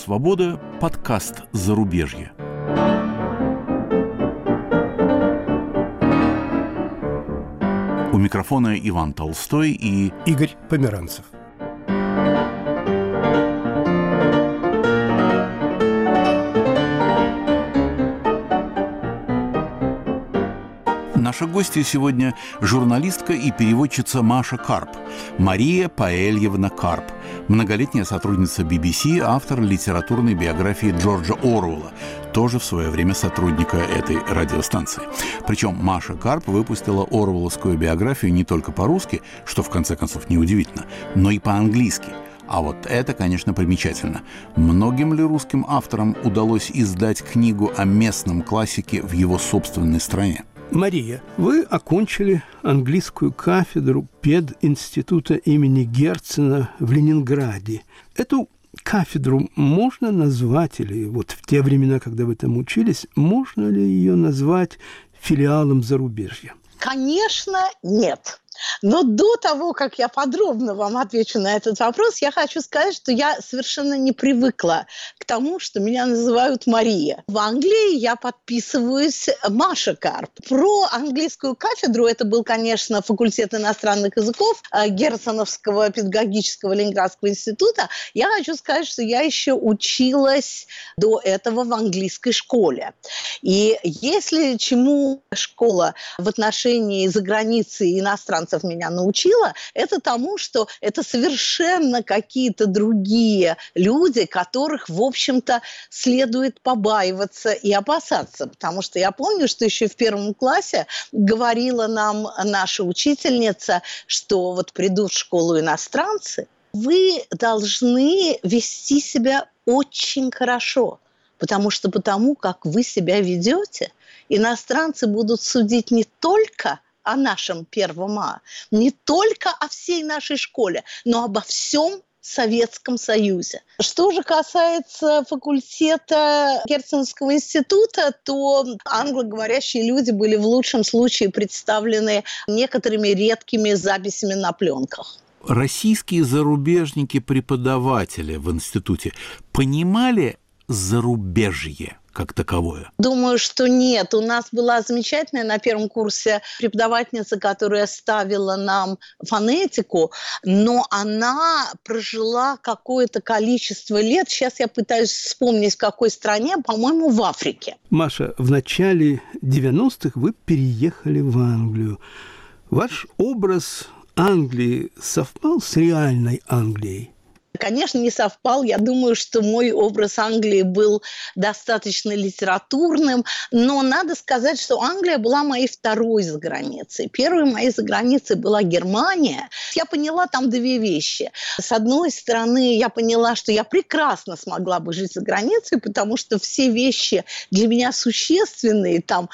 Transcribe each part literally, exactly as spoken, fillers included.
Свобода. Подкаст «Зарубежье». У микрофона Иван Толстой и Игорь Померанцев. Наша гостья сегодня журналистка и переводчица Маша Карп, Мария Паэльевна Карп, многолетняя сотрудница би би си, автор литературной биографии Джорджа Оруэлла, тоже в свое время сотрудника этой радиостанции. Причем Маша Карп выпустила оруэлловскую биографию не только по-русски, что в конце концов неудивительно, но и по-английски. А вот это, конечно, примечательно. Многим ли русским авторам удалось издать книгу о местном классике в его собственной стране? Мария, вы окончили английскую кафедру пединститута имени Герцена в Ленинграде. Эту кафедру можно назвать, или вот в те времена, когда вы там учились, можно ли ее назвать филиалом зарубежья? Конечно, нет. Но до того, как я подробно вам отвечу на этот вопрос, я хочу сказать, что я совершенно не привыкла к тому, что меня называют Мария. В Англии я подписываюсь Маша Карп. Про английскую кафедру, это был, конечно, факультет иностранных языков Герценовского педагогического Ленинградского института, я хочу сказать, что я еще училась до этого в английской школе. И если чему школа в отношении заграницы и иностранцев меня научила, это тому, что это совершенно какие-то другие люди, которых, в общем-то, следует побаиваться и опасаться. Потому что я помню, что еще в первом классе говорила нам наша учительница, что вот придут в школу иностранцы, вы должны вести себя очень хорошо. Потому что потому, как вы себя ведете, иностранцы будут судить не только о нашем первом А, не только о всей нашей школе, но обо всем Советском Союзе. Что же касается факультета Герценовского института, то англоговорящие люди были в лучшем случае представлены некоторыми редкими записями на пленках. Российские зарубежники-преподаватели в институте понимали зарубежье как таковое? Думаю, что нет. У нас была замечательная на первом курсе преподавательница, которая ставила нам фонетику, но она прожила какое-то количество лет. Сейчас я пытаюсь вспомнить, в какой стране, по-моему, в Африке. Маша, в начале девяностых вы переехали в Англию. Ваш образ Англии совпал с реальной Англией? Конечно, не совпал. Я думаю, что мой образ Англии был достаточно литературным, но надо сказать, что Англия была моей второй заграницей. Первой моей заграницей была Германия. Я поняла там две вещи. С одной стороны, я поняла, что я прекрасно смогла бы жить за границей, потому что все вещи для меня существенные, там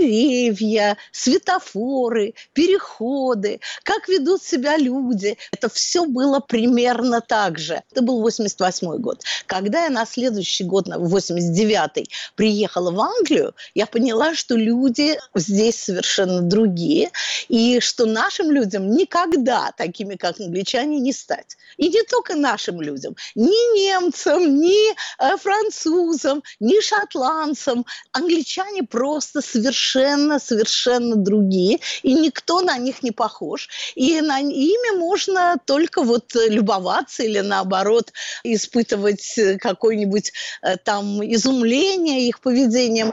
деревья, светофоры, переходы, как ведут себя люди, это все было примерно так же. Это был восемьдесят восьмой год. Когда я на следующий год, в восемьдесят девятый, приехала в Англию, я поняла, что люди здесь совершенно другие, и что нашим людям никогда такими, как англичане, не стать. И не только нашим людям, ни немцам, ни э, французам, ни шотландцам. Англичане просто совершенно-совершенно другие, и никто на них не похож. И на ими можно только вот любоваться или на наоборот, испытывать какое-нибудь там изумление их поведением.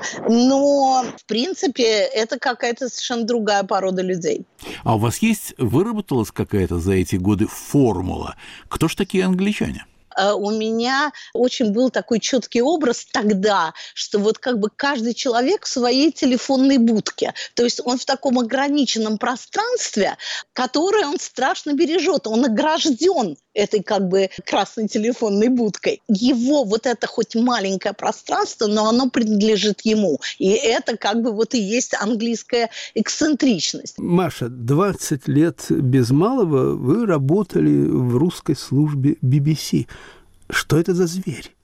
Но, в принципе, это какая-то совершенно другая порода людей. А у вас есть, выработалась какая-то за эти годы формула? Кто ж такие англичане? У меня очень был такой четкий образ тогда, что вот как бы каждый человек в своей телефонной будке. То есть он в таком ограниченном пространстве, которое он страшно бережет. Он огражден этой как бы красной телефонной будкой. Его вот это хоть маленькое пространство, но оно принадлежит ему. И это как бы вот и есть английская эксцентричность. Маша, двадцать лет без малого вы работали в русской службе би би си. Что это за зверь?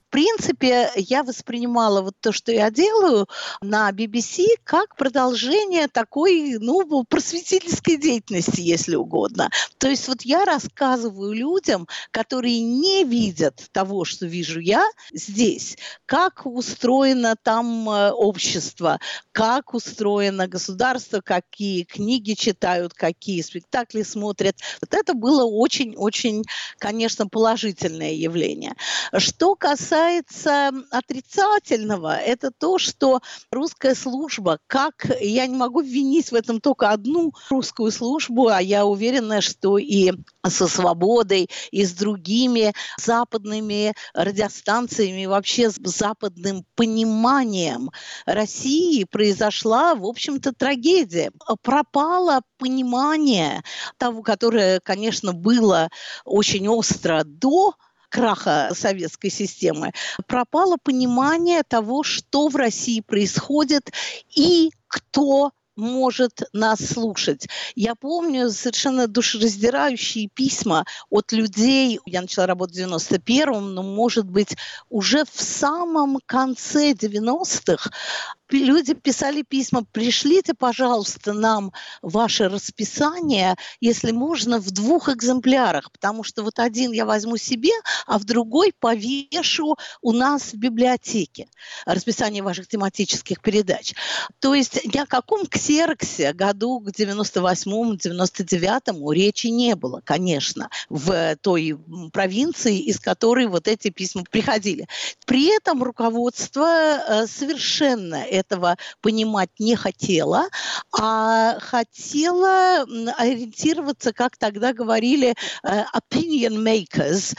принципе, я воспринимала вот то, что я делаю на би би си, как продолжение такой, ну, просветительской деятельности, если угодно. То есть вот я рассказываю людям, которые не видят того, что вижу я здесь, как устроено там общество, как устроено государство, какие книги читают, какие спектакли смотрят. Вот это было очень-очень, конечно, положительное явление. Что касается отрицательного, это то, что русская служба, как я не могу винить в этом только одну русскую службу, а я уверена, что и со «Свободой», и с другими западными радиостанциями, вообще с западным пониманием России произошла, в общем-то, трагедия. Пропало понимание того, которое, конечно, было очень остро до краха советской системы, пропало понимание того, что в России происходит и кто может нас слушать. Я помню совершенно душераздирающие письма от людей. Я начала работать в девяносто первом, но, может быть, уже в самом конце девяностых люди писали письма: пришлите, пожалуйста, нам ваше расписание, если можно, в двух экземплярах, потому что вот один я возьму себе, а в другой повешу у нас в библиотеке расписание ваших тематических передач. То есть ни о каком ксероксе году к девяносто восьмому — девяносто девятому речи не было, конечно, в той провинции, из которой вот эти письма приходили. При этом руководство совершенно этого понимать не хотела, а хотела ориентироваться, как тогда говорили, opinion makers,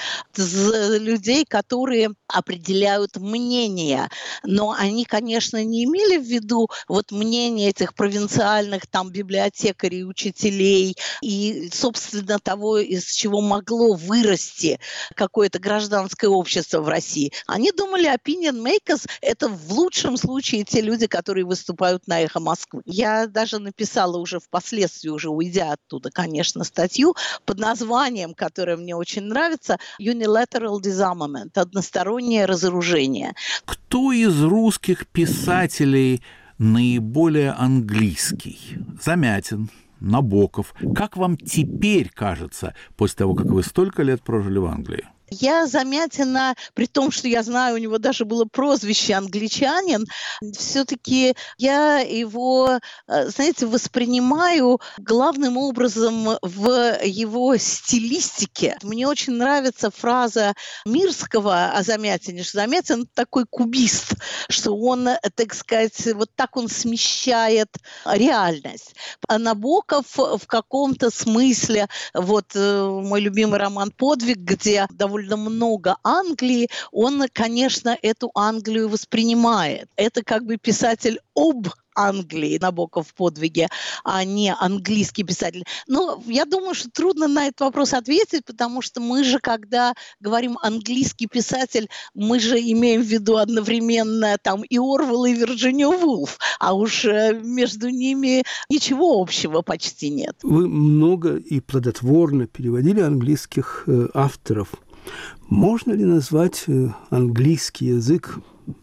людей, которые определяют мнение. Но они, конечно, не имели в виду вот мнение этих провинциальных там библиотекарей, учителей и, собственно, того, из чего могло вырасти какое-то гражданское общество в России. Они думали, opinion makers – это в лучшем случае те люди, которые выступают на «Эхо Москвы». Я даже написала уже впоследствии, уже уйдя оттуда, конечно, статью под названием, которое мне очень нравится, «Unilateral Disarmament» – одностороннее разоружение. Кто из русских писателей наиболее английский? Замятин, Набоков. Как вам теперь кажется, после того, как вы столько лет прожили в Англии? Я Замятина, при том, что я знаю, у него даже было прозвище «Англичанин», все-таки я его, знаете, воспринимаю главным образом в его стилистике. Мне очень нравится фраза Мирского о Замятине, что Замятин такой кубист, что он, так сказать, вот так он смещает реальность. А Набоков в каком-то смысле, вот мой любимый роман «Подвиг», где довольно много Англии, он, конечно, эту Англию воспринимает. Это как бы писатель об Англии, Набоков в «Подвиге», а не английский писатель. Но я думаю, что трудно на этот вопрос ответить, потому что мы же, когда говорим английский писатель, мы же имеем в виду одновременно там и Орвелла, и Вирджинию Вулф, а уж между ними ничего общего почти нет. Вы много и плодотворно переводили английских э, авторов. Можно ли назвать э, английский язык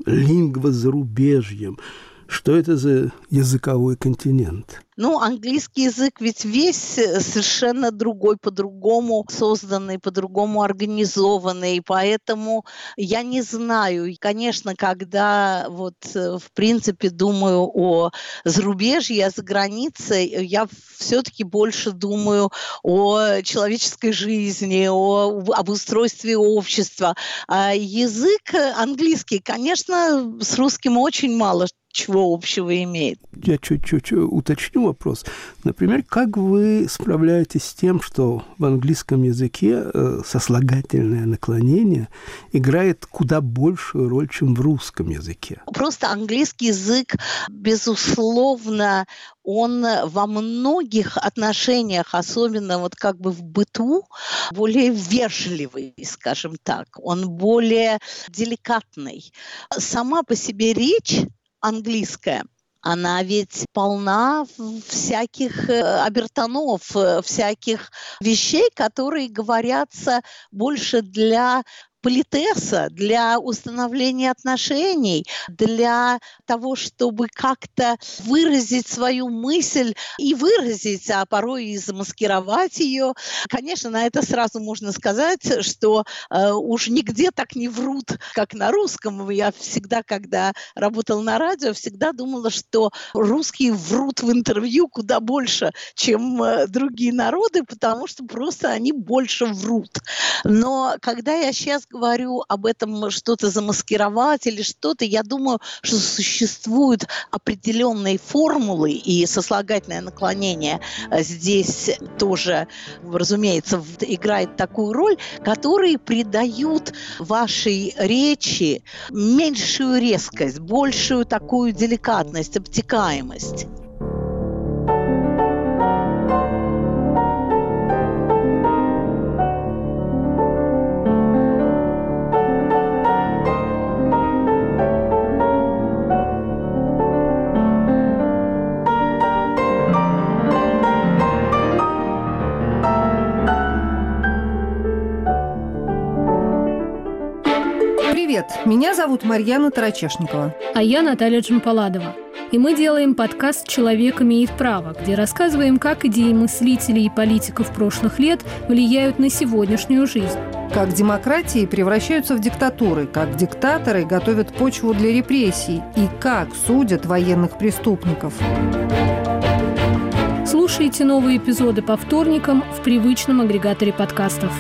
лингвозарубежьем? Что это за языковой континент? Ну, английский язык ведь весь совершенно другой, по-другому созданный, по-другому организованный, поэтому я не знаю. Конечно, когда вот в принципе думаю о зарубежье, о загранице, я все-таки больше думаю о человеческой жизни, о, об устройстве общества. А язык английский, конечно, с русским очень мало чего общего имеет. Я чуть-чуть уточню вопрос. Например, как вы справляетесь с тем, что в английском языке э, сослагательное наклонение играет куда большую роль, чем в русском языке? Просто английский язык, безусловно, он во многих отношениях, особенно вот как бы в быту, более вежливый, скажем так. Он более деликатный. Сама по себе речь английская, она ведь полна всяких обертонов, всяких вещей, которые говорятся больше для политеса, для установления отношений, для того, чтобы как-то выразить свою мысль и выразить, а порой и замаскировать ее. Конечно, на это сразу можно сказать, что э, уж нигде так не врут, как на русском. Я всегда, когда работала на радио, всегда думала, что русские врут в интервью куда больше, чем э, другие народы, потому что просто они больше врут. Но когда я сейчас говорю об этом, что-то замаскировать или что-то, я думаю, что существуют определенные формулы, и сослагательное наклонение здесь тоже, разумеется, играет такую роль, которые придают вашей речи меньшую резкость, большую такую деликатность, обтекаемость. Привет, меня зовут Марьяна Тарачешникова. А я Наталья Джампаладова. И мы делаем подкаст «Человек имеет право», где рассказываем, как идеи мыслителей и политиков прошлых лет влияют на сегодняшнюю жизнь. Как демократии превращаются в диктатуры, как диктаторы готовят почву для репрессий и как судят военных преступников. Слушайте новые эпизоды по вторникам в привычном агрегаторе подкастов.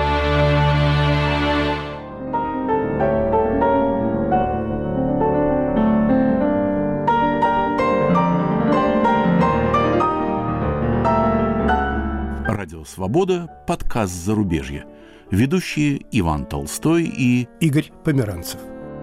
Радио «Свобода», подкаст «Зарубежье». Ведущие Иван Толстой и Игорь Померанцев.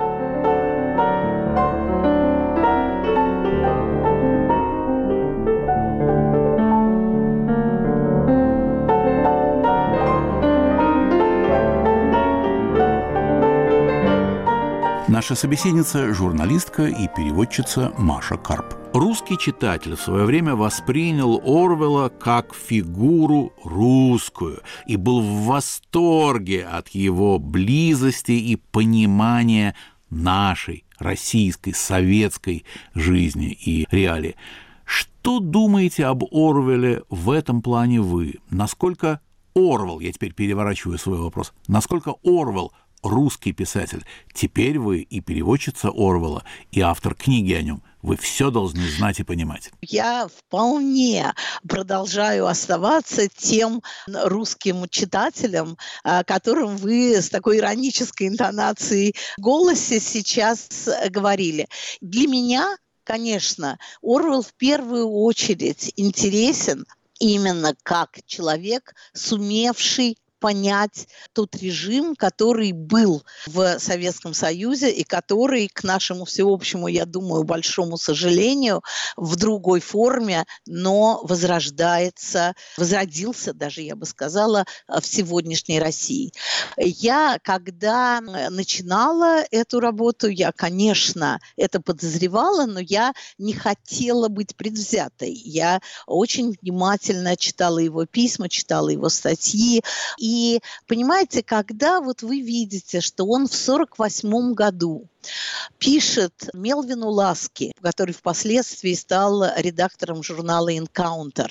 Наша собеседница – журналистка и переводчица Маша Карп. Русский читатель в свое время воспринял Орвелла как фигуру русскую и был в восторге от его близости и понимания нашей российской, советской жизни и реалий. Что думаете об Орвелле в этом плане вы? Насколько Орвелл, я теперь переворачиваю свой вопрос, насколько Орвелл русский писатель? Теперь вы и переводчица Орвелла, и автор книги о нем. Вы все должны знать и понимать. Я вполне продолжаю оставаться тем русским читателем, о котором вы с такой иронической интонацией в голосе сейчас говорили. Для меня, конечно, Орвелл в первую очередь интересен именно как человек, сумевший понять тот режим, который был в Советском Союзе и который, к нашему всеобщему, я думаю, большому сожалению, в другой форме, но возрождается, возродился даже, я бы сказала, в сегодняшней России. Я, когда начинала эту работу, я, конечно, это подозревала, но я не хотела быть предвзятой. Я очень внимательно читала его письма, читала его статьи. И понимаете, когда вот вы видите, что он в сорок восьмом году пишет Мелвину Ласки, который впоследствии стал редактором журнала «Encounter»,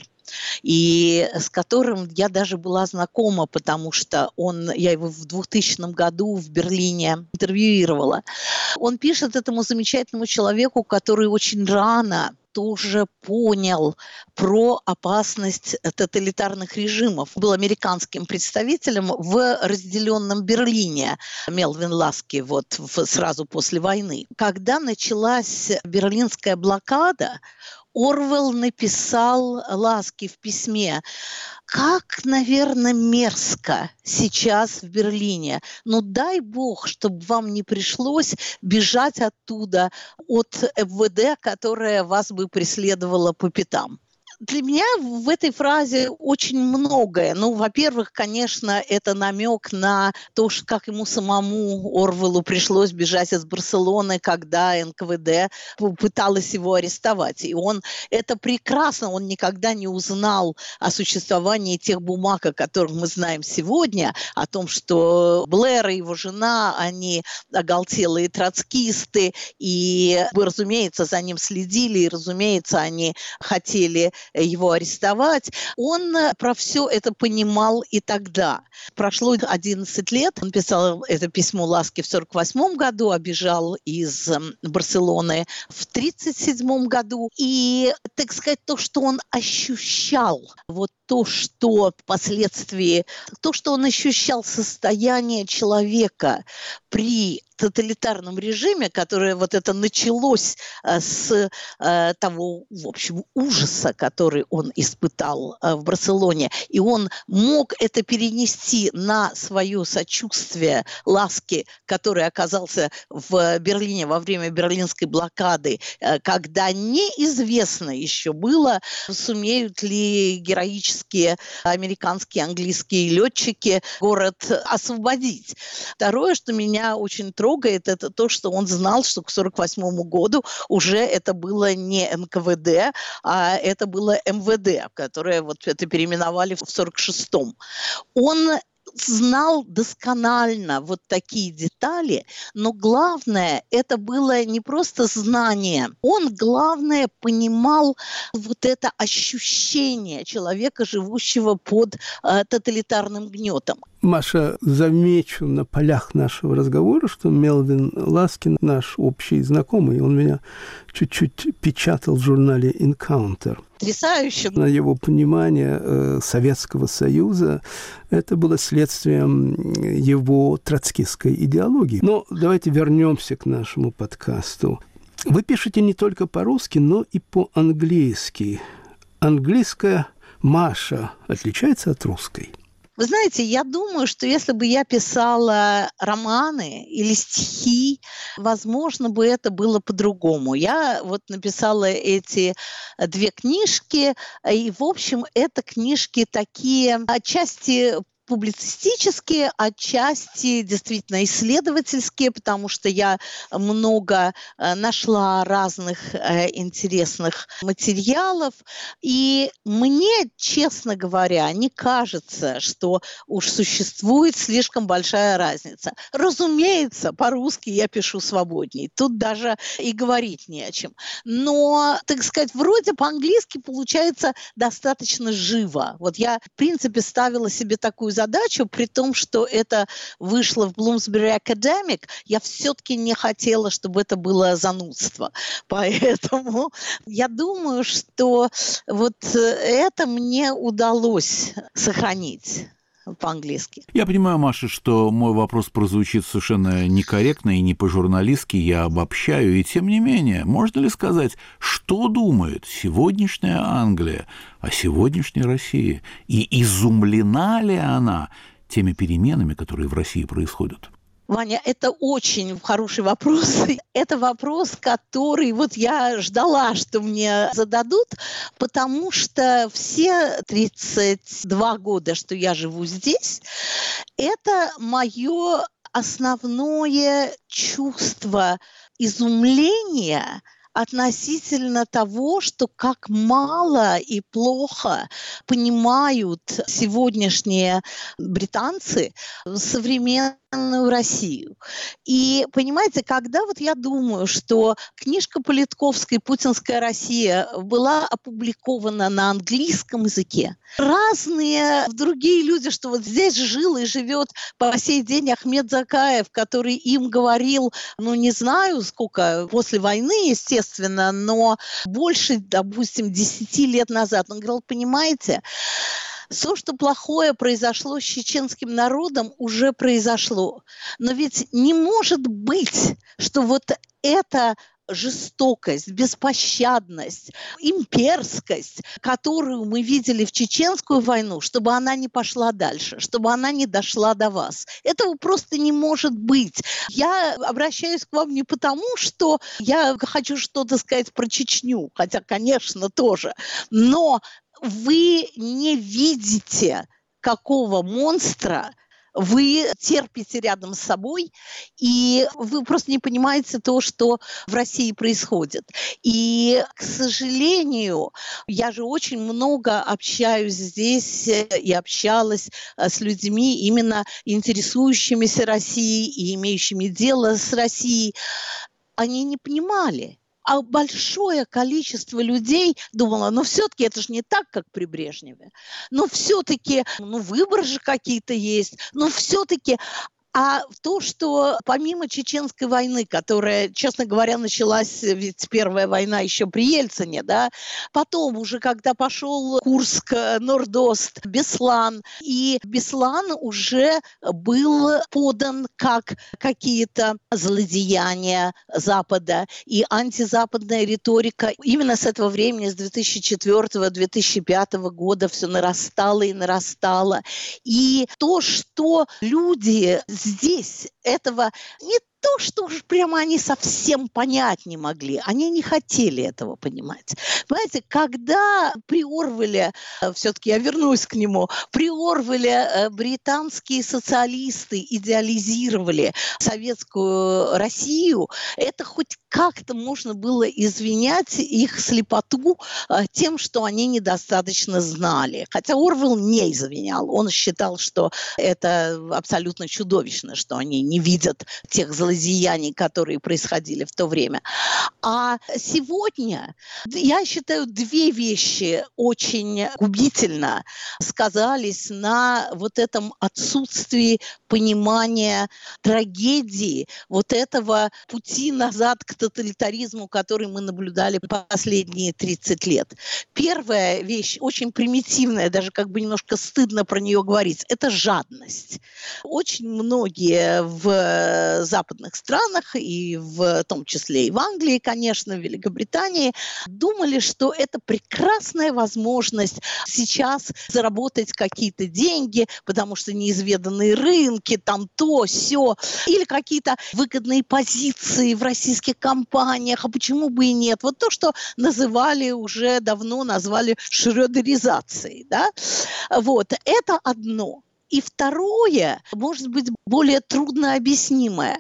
и с которым я даже была знакома, потому что он, я его в двухтысячном году в Берлине интервьюировала. Он пишет этому замечательному человеку, который очень рано тоже понял про опасность тоталитарных режимов. Был американским представителем в разделенном Берлине, Мелвин Ласки, вот в, сразу после войны. Когда началась Берлинская блокада, Орвелл написал Ласки в письме: как, наверное, мерзко сейчас в Берлине. Но дай бог, чтобы вам не пришлось бежать оттуда от эф вэ дэ, которая вас бы преследовала по пятам. Для меня в этой фразе очень многое. Ну, во-первых, конечно, это намек на то, как ему самому, Орвеллу, пришлось бежать из Барселоны, когда эн ка вэ дэ пыталась его арестовать. И он это прекрасно, он никогда не узнал о существовании тех бумаг, о которых мы знаем сегодня, о том, что Блэр и его жена, они оголтелые троцкисты, и, разумеется, за ним следили, и, разумеется, они хотели его арестовать. Он про все это понимал и тогда. Прошло одиннадцать лет, он писал это письмо ласки в сорок восьмом году, а бежал из Барселоны в тридцать седьмом году. И, так сказать, то, что он ощущал, вот то, что впоследствии, то, что он ощущал состояние человека при тоталитарном режиме, которое вот это началось э, с э, того, в общем, ужаса, который он испытал э, в Барселоне, и он мог это перенести на свое сочувствие ласки, который оказался в Берлине во время Берлинской блокады, э, когда неизвестно еще было, сумеют ли героические американские, английские летчики город освободить. Второе, что меня очень трогает, это то, что он знал, что к сорок восьмому году уже это было не эн ка вэ дэ, а это было эм вэ дэ, которое вот это переименовали в сорок шестом. Он знал досконально вот такие детали, но главное, это было не просто знание. Он, главное, понимал вот это ощущение человека, живущего под э, тоталитарным гнетом. Маша, замечу на полях нашего разговора, что Мелвин Ласкин, наш общий знакомый, он меня чуть-чуть печатал в журнале «Encounter». Потрясающе. На его понимание э, Советского Союза это было следствием его троцкистской идеологии. Но давайте вернемся к нашему подкасту. Вы пишете не только по-русски, но и по-английски. Английская Маша отличается от русской? Вы знаете, я думаю, что если бы я писала романы или стихи, возможно бы это было по-другому. Я вот написала эти две книжки, и, в общем, это книжки такие отчасти публицистические, отчасти действительно исследовательские, потому что я много э, нашла разных э, интересных материалов. И мне, честно говоря, не кажется, что уж существует слишком большая разница. Разумеется, по-русски я пишу свободней. Тут даже и говорить не о чем. Но, так сказать, вроде по-английски получается достаточно живо. Вот я, в принципе, ставила себе такую задачу, при том, что это вышло в Bloomsbury Academic, я все-таки не хотела, чтобы это было занудство. Поэтому я думаю, что вот это мне удалось сохранить по-английски. Я понимаю, Маша, что мой вопрос прозвучит совершенно некорректно и не по-журналистски, я обобщаю, и тем не менее, можно ли сказать, что думает сегодняшняя Англия о сегодняшней России, и изумлена ли она теми переменами, которые в России происходят? Ваня, это очень хороший вопрос. Это вопрос, который вот я ждала, что мне зададут, потому что все тридцать два года, что я живу здесь, это мое основное чувство изумления относительно того, что как мало и плохо понимают сегодняшние британцы современную Россию. И, понимаете, когда вот я думаю, что книжка Политковской «Путинская Россия» была опубликована на английском языке, разные другие люди, что вот здесь жил и живет по сей день Ахмед Закаев, который им говорил, ну, не знаю, сколько, после войны, естественно, но больше, допустим, десяти лет назад. Он говорил, понимаете, все, что плохое произошло с чеченским народом, уже произошло. Но ведь не может быть, что вот это жестокость, беспощадность, имперскость, которую мы видели в Чеченскую войну, чтобы она не пошла дальше, чтобы она не дошла до вас. Этого просто не может быть. Я обращаюсь к вам не потому, что я хочу что-то сказать про Чечню, хотя, конечно, тоже, но вы не видите, какого монстра вы терпите рядом с собой, и вы просто не понимаете то, что в России происходит. И, к сожалению, я же очень много общаюсь здесь и общалась с людьми, именно интересующимися Россией и имеющими дело с Россией. Они не понимали. А большое количество людей думало, ну все-таки это же не так, как при Брежневе. Но все-таки, ну выборы же какие-то есть, но все-таки... А то, что помимо Чеченской войны, которая, честно говоря, началась, ведь первая война еще при Ельцине, да, потом уже, когда пошел Курск, Норд-Ост, Беслан, и Беслан уже был подан как какие-то злодеяния Запада, и антизападная риторика именно с этого времени, с две тысячи четвёртого - две тысячи пятого года все нарастало и нарастало. И то, что люди здесь этого не то, что уж прямо они совсем понять не могли. Они не хотели этого понимать. Понимаете, когда при Орвеле, все-таки я вернусь к нему, при Орвеле британские социалисты идеализировали советскую Россию, это хоть как-то можно было извинять их слепоту тем, что они недостаточно знали. Хотя Орвел не извинял. Он считал, что это абсолютно чудовищно, что они не видят тех злодеяний, которые происходили в то время. А сегодня, я считаю, две вещи очень губительно сказались на вот этом отсутствии понимания трагедии вот этого пути назад к тоталитаризму, который мы наблюдали последние тридцать лет. Первая вещь, очень примитивная, даже как бы немножко стыдно про нее говорить, это жадность. Очень многие в западных странах, и в том числе и в Англии, конечно, в Великобритании, думали, что это прекрасная возможность сейчас заработать какие-то деньги, потому что неизведанные рынки, там то, сё, или какие-то выгодные позиции в российских компаниях, а почему бы и нет? Вот то, что называли уже давно, назвали шрёдеризацией, да? Вот, это одно. И второе, может быть, более трудно объяснимое,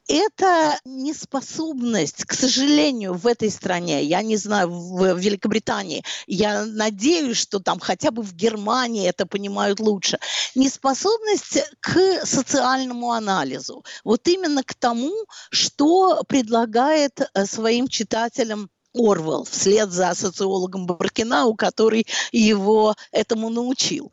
это неспособность, к сожалению, в этой стране, я не знаю, в Великобритании, я надеюсь, что там хотя бы в Германии это понимают лучше, неспособность к социальному анализу. Вот именно к тому, что предлагает своим читателям Орвел, вслед за социологом Баркинау, который его этому научил.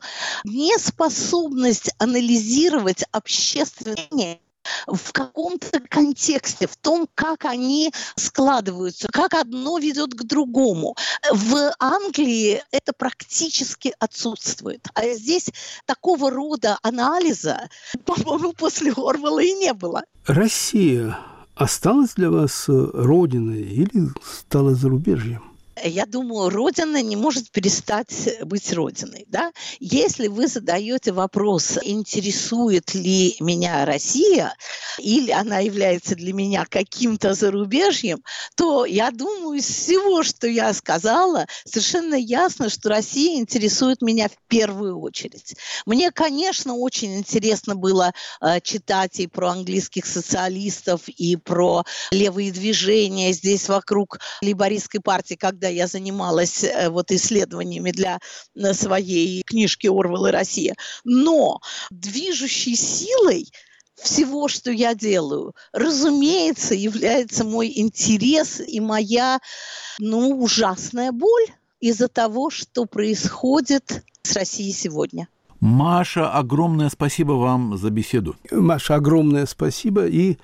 Неспособность анализировать общественное в каком-то контексте, в том, как они складываются, как одно ведет к другому. В Англии это практически отсутствует. А здесь такого рода анализа, по-моему, после Орвела и не было. Россия осталась для вас родиной или стала зарубежьем? Я думаю, Родина не может перестать быть Родиной. Да? Если вы задаете вопрос, интересует ли меня Россия, или она является для меня каким-то зарубежьем, то я думаю, из всего, что я сказала, совершенно ясно, что Россия интересует меня в первую очередь. Мне, конечно, очень интересно было э, читать и про английских социалистов, и про левые движения здесь вокруг лейбористской партии, когда я занималась э, вот исследованиями для э, своей книжки «Орвел и Россия». Но движущей силой всего, что я делаю, разумеется, является мой интерес и моя, ну, ужасная боль из-за того, что происходит с Россией сегодня. Маша, огромное спасибо вам за беседу. Маша, огромное спасибо и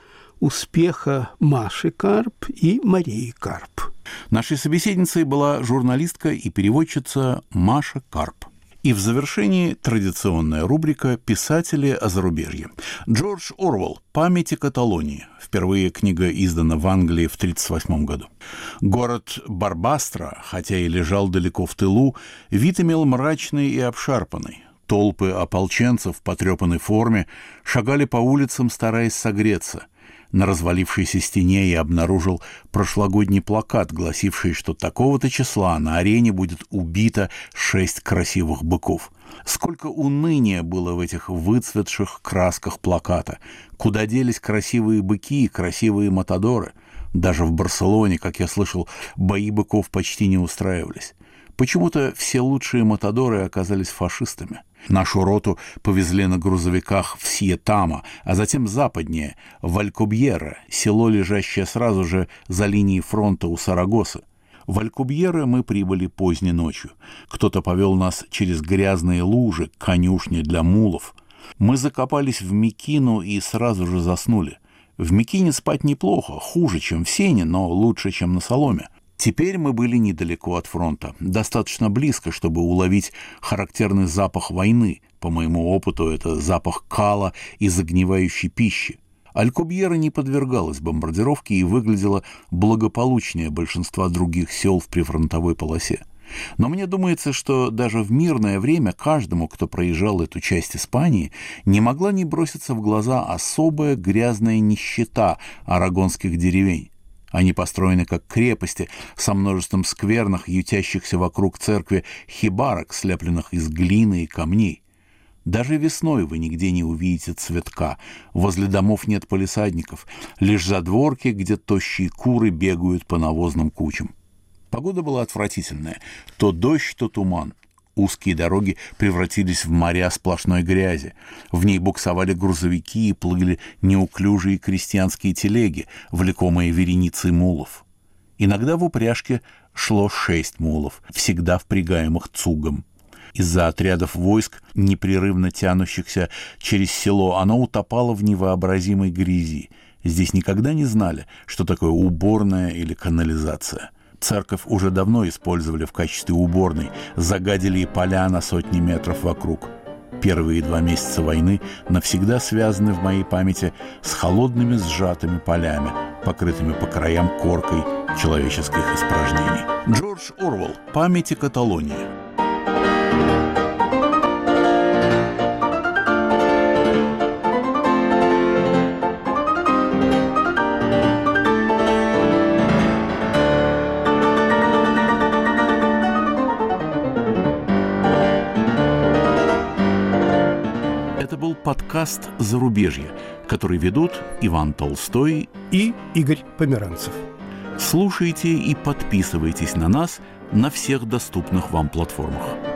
успеха Маши Карп и Марии Карп. Нашей собеседницей была журналистка и переводчица Маша Карп. И в завершении традиционная рубрика «Писатели о зарубежье». Джордж Оруэлл «Памяти Каталонии». Впервые книга издана в Англии в тысяча девятьсот тридцать восьмом году. Город Барбастро, хотя и лежал далеко в тылу, вид имел мрачный и обшарпанный. Толпы ополченцев в потрепанной форме шагали по улицам, стараясь согреться. На развалившейся стене я обнаружил прошлогодний плакат, гласивший, что такого-то числа на арене будет убито шесть красивых быков. Сколько уныния было в этих выцветших красках плаката. Куда делись красивые быки и красивые матадоры? Даже в Барселоне, как я слышал, бои быков почти не устраивались. Почему-то все лучшие матадоры оказались фашистами. Нашу роту повезли на грузовиках в Сьетама, а затем западнее, в Алькубьерре, село, лежащее сразу же за линией фронта у Сарагосы. В Алькубьерре мы прибыли поздней ночью. Кто-то повел нас через грязные лужи к конюшне для мулов. Мы закопались в мекину и сразу же заснули. В мекине спать неплохо, хуже, чем в сене, но лучше, чем на соломе. Теперь мы были недалеко от фронта, достаточно близко, чтобы уловить характерный запах войны. По моему опыту, это запах кала и загнивающей пищи. Алькубьерра не подвергалась бомбардировке и выглядела благополучнее большинства других сел в прифронтовой полосе. Но мне думается, что даже в мирное время каждому, кто проезжал эту часть Испании, не могла не броситься в глаза особая грязная нищета арагонских деревень. Они построены как крепости, со множеством скверных, ютящихся вокруг церкви хибарок, слепленных из глины и камней. Даже весной вы нигде не увидите цветка, возле домов нет палисадников, лишь задворки, где тощие куры бегают по навозным кучам. Погода была отвратительная, то дождь, то туман. Узкие дороги превратились в моря сплошной грязи. В ней буксовали грузовики и плыли неуклюжие крестьянские телеги, влекомые вереницей мулов. Иногда в упряжке шло шесть мулов, всегда впрягаемых цугом. Из-за отрядов войск, непрерывно тянущихся через село, оно утопало в невообразимой грязи. Здесь никогда не знали, что такое уборная или канализация. Церковь уже давно использовали в качестве уборной, загадили и поля на сотни метров вокруг. Первые два месяца войны навсегда связаны в моей памяти с холодными сжатыми полями, покрытыми по краям коркой человеческих испражнений. Джордж Оруэлл «Памяти Каталонии». Подкаст «Зарубежье», который ведут Иван Толстой и Игорь Померанцев. Слушайте и подписывайтесь на нас на всех доступных вам платформах.